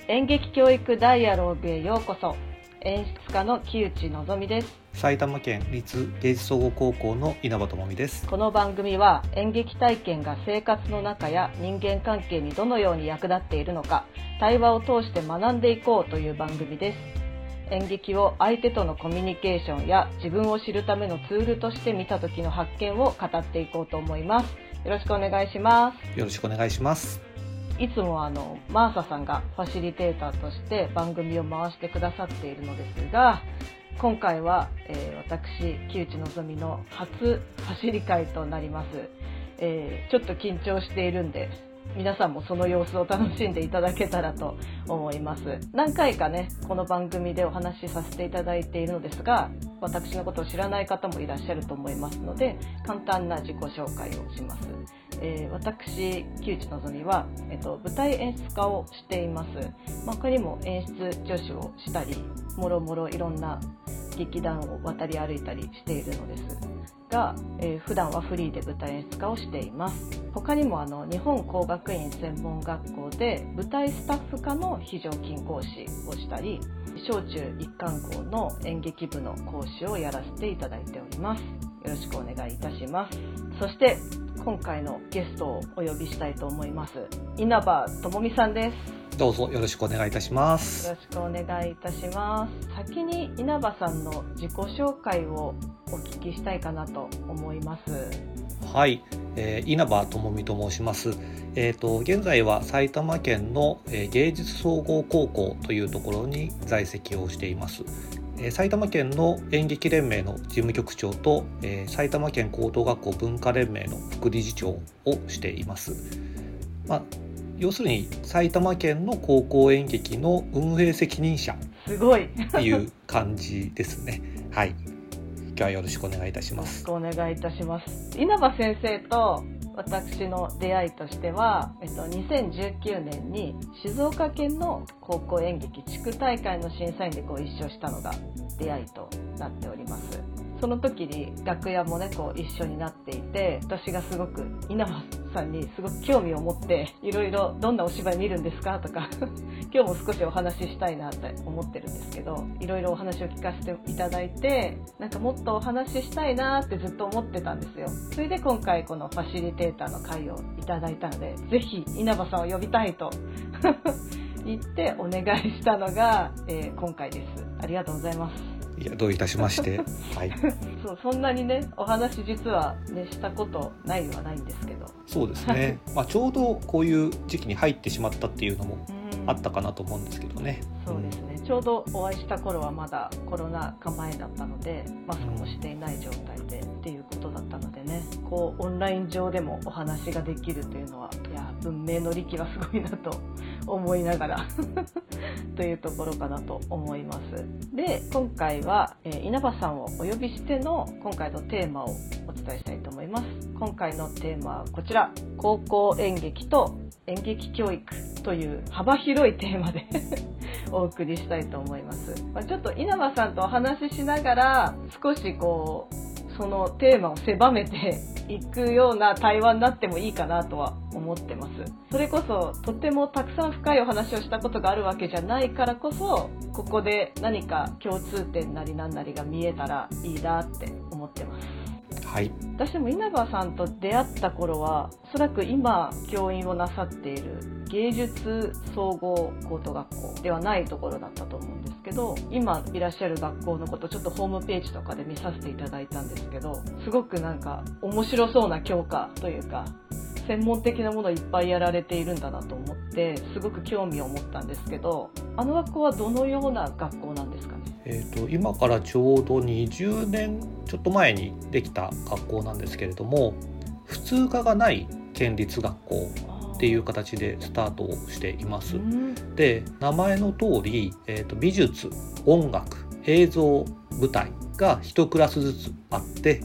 演劇教育ダイアログへようこそ。演出家の木内のぞみです。 埼玉県立芸術総合高校の稲葉智美です。 この番組は演劇体験が生活の中や人間関係にどのように役立っているのか、対話を通して学んでいこうという番組です。演劇を相手とのコミュニケーションや自分を知るためのツールとして見た時の発見を語っていこうと思います。よろしくお願いします。 よろしくお願いします。 いつもマーサさんがファシリテーターとして番組を回してくださっているのですが、今回は、私木内のぞみの初ファシリ会となります。ちょっと緊張しているんで皆さんもその様子を楽しんでいただけたらと思います。何回かねこの番組でお話しさせていただいているのですが、私のことを知らない方もいらっしゃると思いますので、簡単な自己紹介をします。私木内のぞみは、舞台演出家をしています。他にも演出助手をしたり、もろもろいろんな劇団を渡り歩いたりしているのですが、普段はフリーで舞台演出家をしています。他にも日本工学院専門学校で舞台スタッフ科の非常勤講師をしたり、小中一貫校の演劇部の講師をやらせていただいております。よろしくお願いいたします。そして今回のゲストをお呼びしたいと思います。稲葉智美さんです。 どうぞよろしくお願いいたします。 よろしくお願いいたします。先に稲葉さんの自己紹介をお聞きしたいかなと思います。 はい、稲葉智美と申します。現在は埼玉県の芸術総合高校というところに在籍をしています。埼玉県の演劇連盟の事務局長と、埼玉県高等学校文化連盟の副理事長をしています。要するに埼玉県の高校演劇の運営責任者すごいっていう感じですね。はい、今日はよろしくお願いいたします。 よろしくお願いいたします。稲葉先生と私の出会いとしては、2019年に静岡県の高校演劇地区大会の審査員でご一緒したのが出会いとなっております。その時に楽屋もね一緒になっていて、私がすごく稲葉さんにすごく興味を持って、いろいろどんなお芝居見るんですかとか今日も少しお話ししたいなって思ってるんですけど、いろいろお話を聞かせていただいて、なんかもっとお話ししたいなってずっと思ってたんですよ。それで今回このファシリテーターの会をいただいたので、ぜひ稲葉さんを呼びたいと言ってお願いしたのが、今回です。ありがとうございます。 いや、どういたしまして。はい。 そんなにねお話実はねしたことないはないんですけど。 そうですね。ちょうどこういう時期に入ってしまったっていうのもあったかなと思うんですけどね。 そうですね。ちょうどお会いした頃はまだコロナ禍前だったので、マスクもしていない状態でっていうことだったのでね、オンライン上でもお話ができるというのは、いや文明の利器はすごいなと思いながらというところかなと思います。で、今回は、稲葉さんをお呼びしての今回のテーマをお伝えしたいと思います。今回のテーマはこちら、高校演劇と演劇教育という幅広いテーマでお送りしたいと思います。ちょっと稲葉さんとお話ししながら少しそのテーマを狭めていくような対話になってもいいかなとは思ってます。それこそとてもたくさん深いお話をしたことがあるわけじゃないからこそ、ここで何か共通点なりなんなりが見えたらいいなって思ってます。 はい、 私も稲葉さんと出会った頃は、おそらく今教員をなさっている芸術総合高等学校ではないところだったと思うんですけど、今いらっしゃる学校のことちょっとホームページとかで見させていただいたんですけど、すごくなんか面白そうな教科というか専門的なものをいっぱいやられているんだなと思って、すごく興味を持ったんですけど、あの学校はどのような学校なんですかね。 今からちょうど20年ちょっと前にできた学校なんですけれども、普通科がない県立学校っていう形でスタートをしています。で、名前の通り、美術、音楽、映像、舞台が1クラスずつあって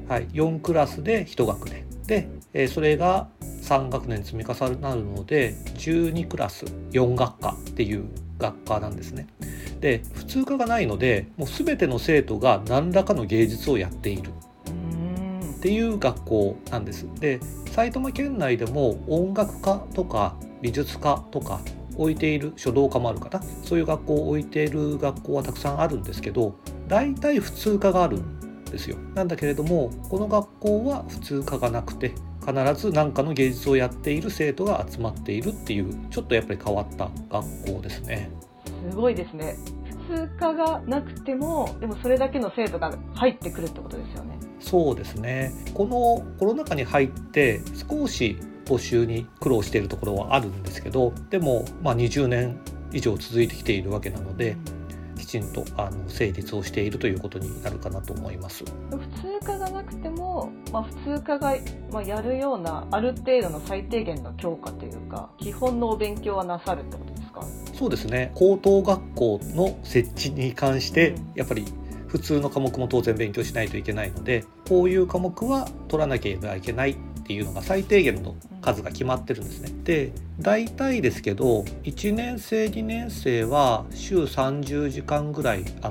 、4クラスで1学年で、それが3学年積み重なるので12クラス4学科っていう学科なんですね。で、普通科がないので、もう全ての生徒が何らかの芸術をやっているっていう学校なんです。で、埼玉県内でも音楽科とか美術科とか置いている書道科もあるかな、そういう学校を置いている学校はたくさんあるんですけど、大体普通科があるんですよ。なんだけれどもこの学校は普通科がなくて、必ず何かの芸術をやっている生徒が集まっているっていう、ちょっとやっぱり変わった学校ですね。 すごいですね。普通科がなくてもでもそれだけの生徒が入ってくるってことですよね。 そうですね。このコロナ禍に入って少し募集に苦労しているところはあるんですけど、でも20年以上続いてきているわけなので、きちんと成立をしているということになるかなと思います。 普通科がなくても、普通科がやるようなある程度の最低限の教科というか基本のお勉強はなさるってことですか？ そうですね。高等学校の設置に関してやっぱり普通の科目も当然勉強しないといけないので、こういう科目は取らなければいけないっていうのが最低限の数が決まってるんですね。で、大体ですけど1年生2年生は週30時間ぐらいあって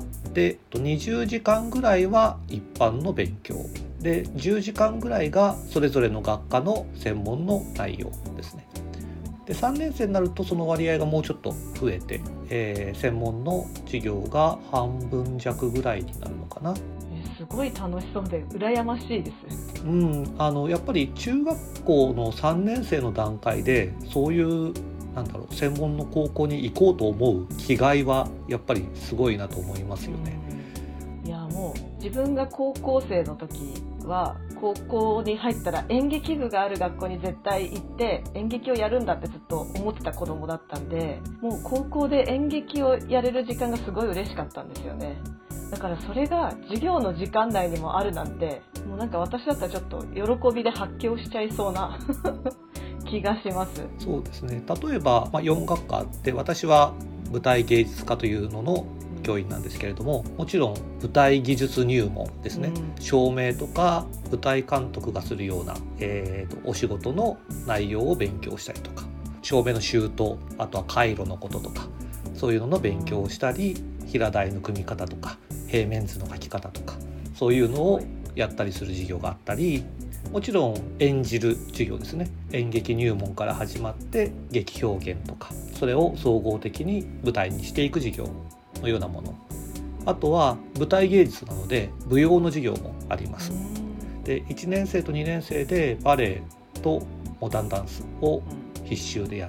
、20時間ぐらいは一般の勉強で、10時間ぐらいがそれぞれの学科の専門の内容ですね。で、3年生になるとその割合がもうちょっと増えて、専門の授業が半分弱ぐらいになるのかな。 すごい楽しそうで羨ましいです。 やっぱり中学校の3年生の段階でそういう専門の高校に行こうと思う気概はやっぱりすごいなと思いますよね。 いや、もう自分が高校生の時は高校に入ったら演劇部がある学校に絶対行って演劇をやるんだってずっと思ってた子供だったんで、もう高校で演劇をやれる時間がすごい嬉しかったんですよね。だからそれが授業の時間内にもあるなんて、もう私だったらちょっと喜びで発狂しちゃいそうな気がします。 そうですね。例えば、4学科あって、私は舞台芸術科というのの教員なんですけれども、もちろん舞台技術入門ですね、照明とか舞台監督がするような、お仕事の内容を勉強したりとか、照明の周到、あとは回路のこととか、そういうのの勉強をしたり、平台の組み方とか平面図の書き方とか、そういうのをやったりする授業があったり、もちろん演じる授業ですね。演劇入門から始まって劇表現とか、それを総合的に舞台にしていく授業のようなもの、あとは舞台芸術なので舞踊の授業もあります。で、1年生と2年生でバレエとモダンダンスを必修でやって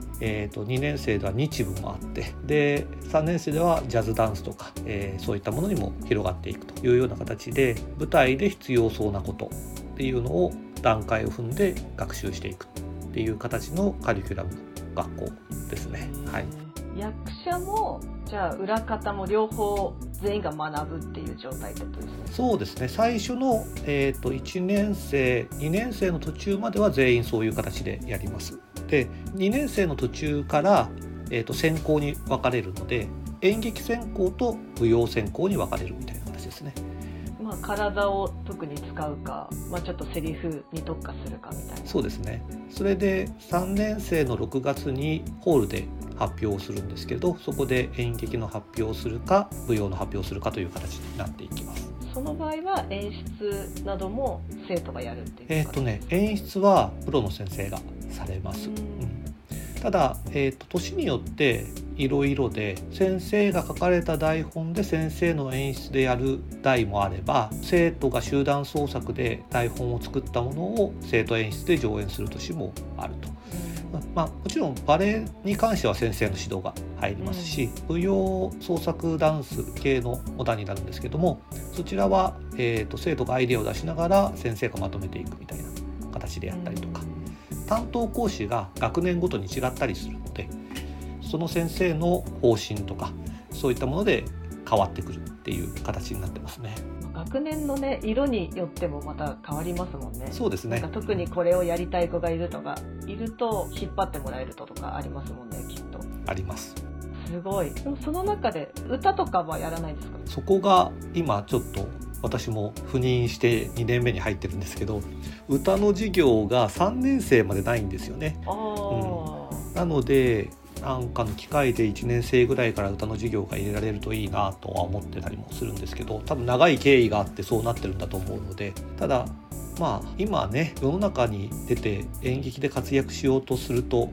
、2年生では日舞もあって、で3年生ではジャズダンスとか、そういったものにも広がっていくというような形で、舞台で必要そうなことっていうのを段階を踏んで学習していくっていう形のカリキュラムの学校ですね。はい。 役者もじゃあ裏方も両方全員が学ぶっていう状態ってことですね。 そうですね。最初の、1年生2年生の途中までは全員そういう形でやります。で、2年生の途中から、専攻に分かれるので、演劇専攻と舞踊専攻に分かれるみたいな形ですね。 体を特に使うか、ちょっとセリフに特化するかみたいな。 そうですね。それで3年生の6月にホールで発表をするんですけど、そこで演劇の発表をするか舞踊の発表をするかという形になっていきます。 その場合は演出なども生徒がやるっていうか。 演出はプロの先生がされます。ただ、年によっていろいろで、先生が書かれた台本で先生の演出でやる台もあれば、生徒が集団創作で台本を作ったものを生徒演出で上演する年もあると。もちろんバレエに関しては先生の指導が入りますし、舞踊創作ダンス系のモダンになるんですけども、そちらは、生徒がアイデアを出しながら先生がまとめていくみたいな形でやったりとか、担当講師が学年ごとに違ったりするので、その先生の方針とかそういったもので変わってくるっていう形になってますね。 学年のね、色によってもまた変わりますもんね。 そうですね。 特にこれをやりたい子がいると引っ張ってもらえるとかありますもんね、きっと。 あります。 すごい。でもその中で歌とかはやらないですか？ そこが今ちょっと私も赴任して2年目に入ってるんですけど、歌の授業が3年生までないんですよね。なのでなんかの機会で1年生ぐらいから歌の授業が入れられるといいなとは思ってたりもするんですけど、多分長い経緯があってそうなってるんだと思うので、ただ今ね、世の中に出て演劇で活躍しようとすると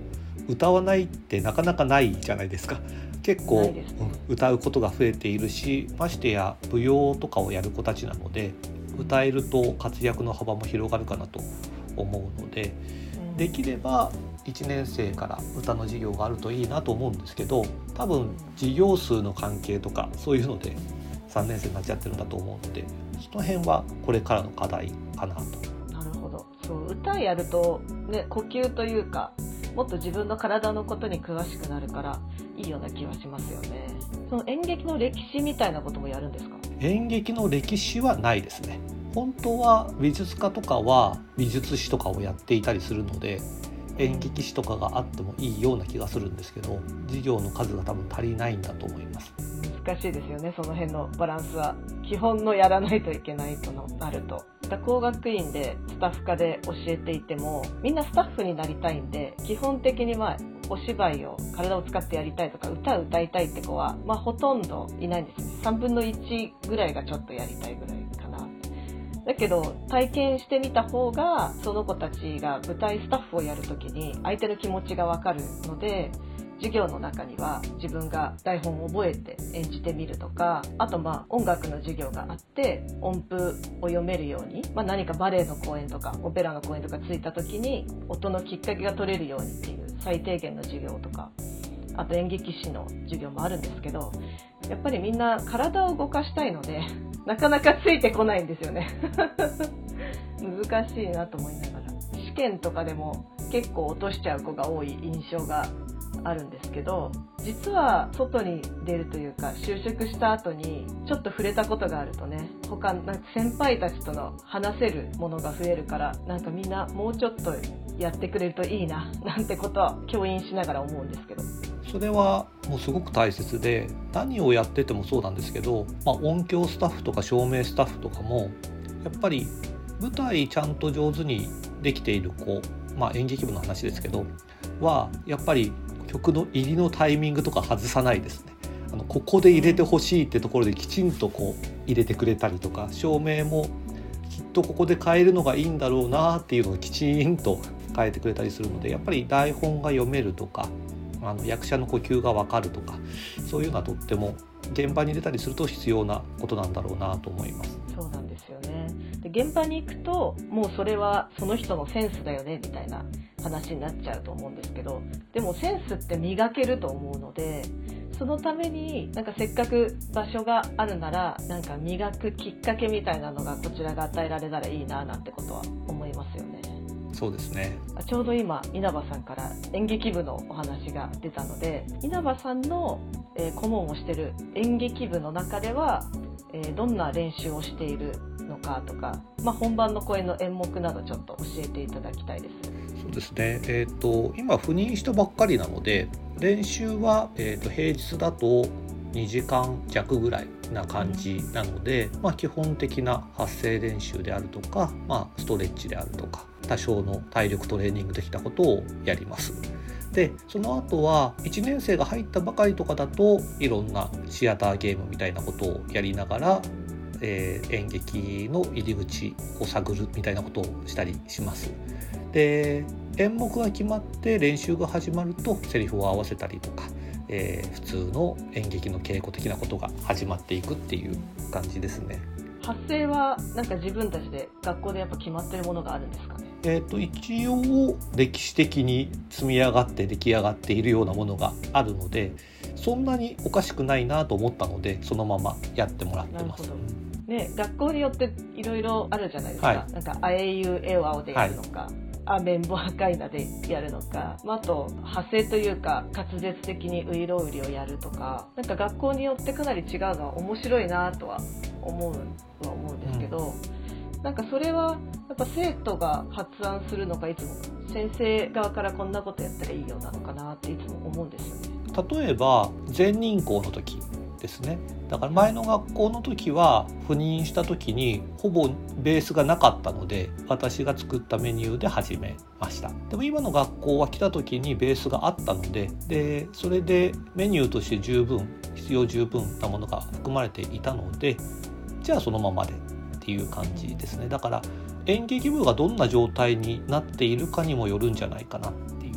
歌わないってなかなかないじゃないですか。結構、歌うことが増えているし、ましてや舞踊とかをやる子たちなので、歌えると活躍の幅も広がるかなと思うので、できれば1年生から歌の授業があるといいなと思うんですけど、多分授業数の関係とかそういうので3年生になっちゃってるんだと思うので、その辺はこれからの課題かなと。 なるほど。そう、歌やると、ね、呼吸というかもっと自分の体のことに詳しくなるからいいような気はしますよね。その演劇の歴史みたいなこともやるんですか？ 演劇の歴史はないですね。本当は美術家とかは美術史とかをやっていたりするので、演劇史とかがあってもいいような気がするんですけど、授業の数が多分足りないんだと思います。 難しいですよね、その辺のバランスは。基本のやらないといけないとなると、工学院でスタッフ科で教えていても、みんなスタッフになりたいんで、基本的にお芝居を体を使ってやりたいとか歌を歌いたいって子は、ほとんどいないんですね。3分の1ぐらいがちょっとやりたいぐらいかな。だけど体験してみた方が、その子たちが舞台スタッフをやるときに相手の気持ちがわかるので、授業の中には自分が台本を覚えて演じてみるとか、あと音楽の授業があって音符を読めるように、何かバレエの公演とかオペラの公演とかついた時に音のきっかけが取れるようにっていう最低限の授業とか、あと演劇史の授業もあるんですけど、やっぱりみんな体を動かしたいのでなかなかついてこないんですよね難しいなと思いながら、試験とかでも結構落としちゃう子が多い印象があるんですけど、実は外に出るというか就職した後にちょっと触れたことがあるとね、先輩たちとの話せるものが増えるから、みんなもうちょっとやってくれるといいななんてことは教員しながら思うんですけど、 それはもうすごく大切で、何をやっててもそうなんですけど、音響スタッフとか照明スタッフとかもやっぱり舞台ちゃんと上手にできている子、演劇部の話ですけどはやっぱり曲の入りのタイミングとか外さないですね。ここで入れてほしいってところできちんと入れてくれたりとか、照明もきっとここで変えるのがいいんだろうなっていうのをきちんと変えてくれたりするので、やっぱり台本が読めるとか、役者の呼吸が分かるとか、そういうのはとっても現場に出たりすると必要なことなんだろうなと思います。 そうなんですよね。で、現場に行くともうそれはその人のセンスだよねみたいな話になっちゃうと思うんですけど、でもセンスって磨けると思うので、そのためにせっかく場所があるなら磨くきっかけみたいなのがこちらが与えられたらいいななんてことは思いますよね。 そうですね。 ちょうど今稲葉さんから演劇部のお話が出たので、稲葉さんの顧問をしている演劇部の中ではどんな練習をしているのかとか、本番の公演の演目などちょっと教えていただきたいです。 そうですね、今赴任したばっかりなので、練習は、平日だと2時間弱ぐらいな感じなので、基本的な発声練習であるとか、ストレッチであるとか、多少の体力トレーニング的なことをやります。でその後は1年生が入ったばかりとかだと、いろんなシアターゲームみたいなことをやりながら、演劇の入り口を探るみたいなことをしたりします。で演目が決まって練習が始まるとセリフを合わせたりとか、普通の演劇の稽古的なことが始まっていくっていう感じですね。 発声は自分たちで学校でやっぱ決まってるものがあるんですかね？ 一応歴史的に積み上がって出来上がっているようなものがあるので、そんなにおかしくないなと思ったのでそのままやってもらってます。 ね、学校によっていろいろあるじゃないですか、あえいうえおあおでやるのか、アメンボアカイナでやるのか、あと派生というか滑舌的にウイロウリをやるとか、学校によってかなり違うのは面白いなとは思うんですけど、それはやっぱ生徒が発案するのか、いつも先生側からこんなことやったらいいよなのかなっていつも思うんですよね。 例えば全人校の時ですね。だから前の学校の時は赴任した時にほぼベースがなかったので、私が作ったメニューで始めました。でも今の学校は来た時にベースがあったので、それでメニューとして必要十分なものが含まれていたので、じゃあそのままでっていう感じですね。だから演劇部がどんな状態になっているかにもよるんじゃないかなっていう。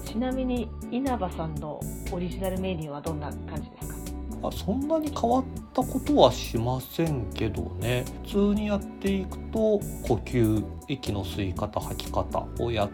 ちなみに稲葉さんのオリジナルメニューはどんな感じですか？ そんなに変わったことはしませんけどね。普通にやっていくと呼吸、息の吸い方吐き方をやって、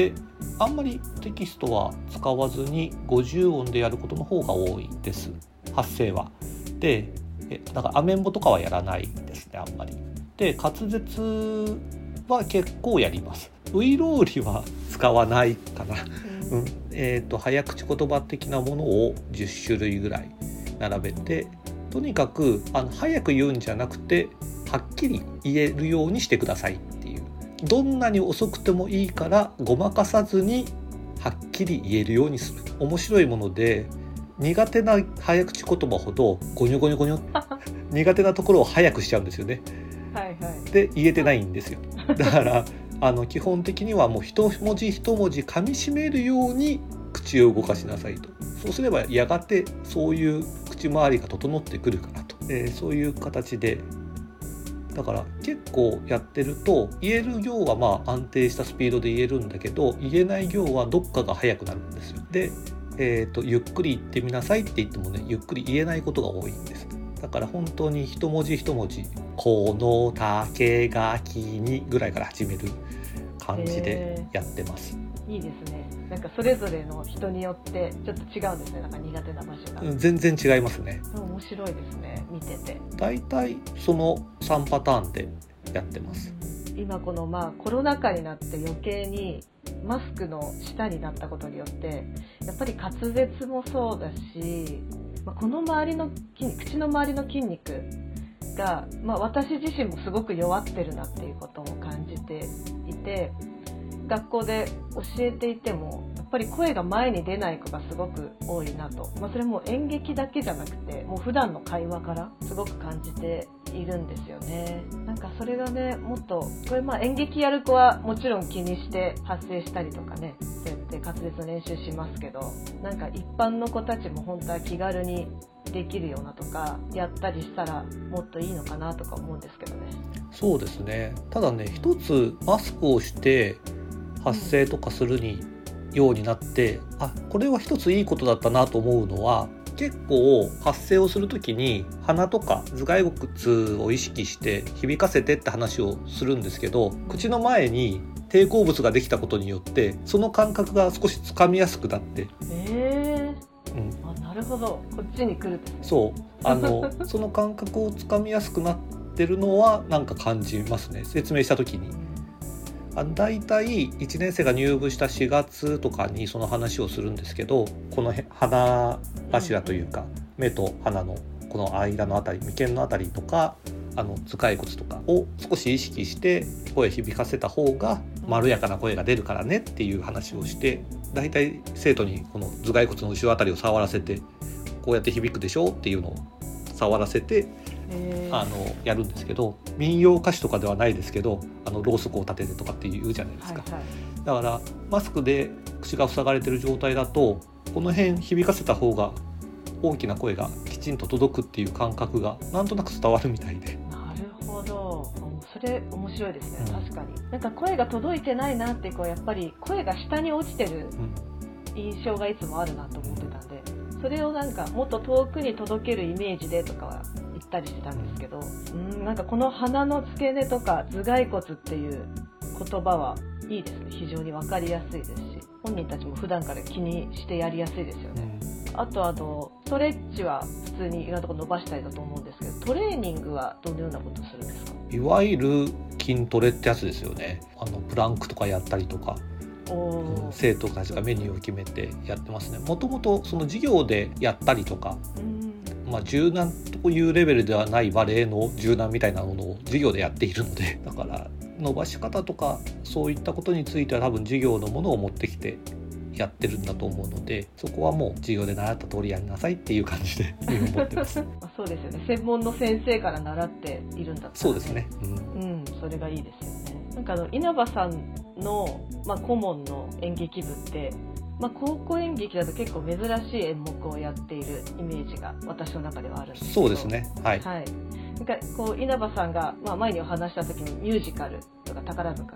あんまりテキストは使わずに50音でやることの方が多いです。発声は。でだからアメンボとかはやらないですね、あんまり。で滑舌は結構やります。ウイロウリは使わないかな、早口言葉的なものを10種類ぐらい並べて、とにかく早く言うんじゃなくてはっきり言えるようにしてくださいっていう。どんなに遅くてもいいからごまかさずにはっきり言えるようにする。面白いもので、苦手な早口言葉ほどゴニョゴニョゴニョ苦手なところを早くしちゃうんですよね。 はいはい。 で言えてないんですよ。だから基本的にはもう一文字一文字噛み締めるように口を動かしなさいと。そうすればやがてそういう口周りが整ってくるからと、そういう形で、だから結構やってると言える行はまあ安定したスピードで言えるんだけど、言えない行はどっかが速くなるんですよ。で、ゆっくり言ってみなさいって言ってもね、ゆっくり言えないことが多いんです。だから本当に一文字一文字、この竹垣にぐらいから始める感じでやってます。 いいですね。なんかそれぞれの人によってちょっと違うんですね。なんか苦手な場所が。 全然違いますね。 面白いですね、見てて。 だいたいその3パターンでやってます。 今このコロナ禍になって余計にマスクの下になったことによって、やっぱり滑舌もそうだし、この周りの口の周りの筋肉が、私自身もすごく弱ってるなっていうことを感じていて、学校で教えていてもやっぱり声が前に出ない子がすごく多いなと、それも演劇だけじゃなくてもう普段の会話からすごく感じているんですよね。なんかそれがね、もっとこれ演劇やる子はもちろん気にして発声したりとかね、そうやって滑舌の練習しますけど、なんか一般の子たちも本当は気軽にできるようなとかやったりしたらもっといいのかなとか思うんですけどね。 そうですね。ただね、一つマスクをして発声とかするようになって、これは一ついいことだったなと思うのは、結構発声をするときに鼻とか頭蓋骨を意識して響かせてって話をするんですけど、口の前に抵抗物ができたことによってその感覚が少しつかみやすくなって、 なるほど、こっちに来る。 そうその感覚をつかみやすくなってるのはなんか感じますね、説明したときに。だいたい1年生が入部した4月とかにその話をするんですけど、この鼻頭というか目と鼻のこの間のあたり、眉間のあたりとか頭蓋骨とかを少し意識して声響かせた方がまろやかな声が出るからねっていう話をして、だいたい生徒にこの頭蓋骨の後ろあたりを触らせて、こうやって響くでしょっていうのを触らせてやるんですけど、民謡歌手とかではないですけど、ろうそくを立ててとかって言うじゃないですか、だからマスクで口が塞がれてる状態だとこの辺響かせた方が大きな声がきちんと届くっていう感覚がなんとなく伝わるみたいで。 なるほど、それ面白いですね。確かになんか声が届いてないなってやっぱり声が下に落ちてる印象がいつもあるなと思ってたんで、それをなんかもっと遠くに届けるイメージでとかは言ったりしてたんですけど、なんかこの鼻の付け根とか頭蓋骨っていう言葉はいいですね。非常に分かりやすいですし、本人たちも普段から気にしてやりやすいですよね。あとストレッチは普通にいろんなところ伸ばしたりだと思うんですけど、トレーニングはどのようなことをするんですか？ いわゆる筋トレってやつですよね。プランクとかやったりとか、生徒たちがメニューを決めてやってますね。もともとその授業でやったりとか、柔軟というレベルではないバレエの柔軟みたいなものを授業でやっているので、だから伸ばし方とかそういったことについては多分授業のものを持ってきてやってるんだと思うので、そこはもう授業で習った通りやりなさいっていう感じで今思ってますそうですよね。専門の先生から習っているんだったら、ね、 そうですね、 それがいいですよね。なんか稲葉さんの、顧問の演劇部って、高校演劇だと結構珍しい演目をやっているイメージが私の中ではあるんですけど。 そうですね、はい、 なんか稲葉さんが、前にお話した時にミュージカルとか宝塚が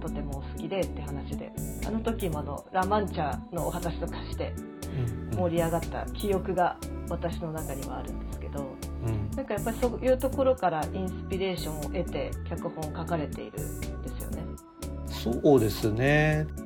とても好きでって話で、あの時もラ・マンチャのお話とかして盛り上がった記憶が私の中にはあるんですけど、なんかやっぱりそういうところからインスピレーションを得て脚本を書かれているんですよね。 そうですね。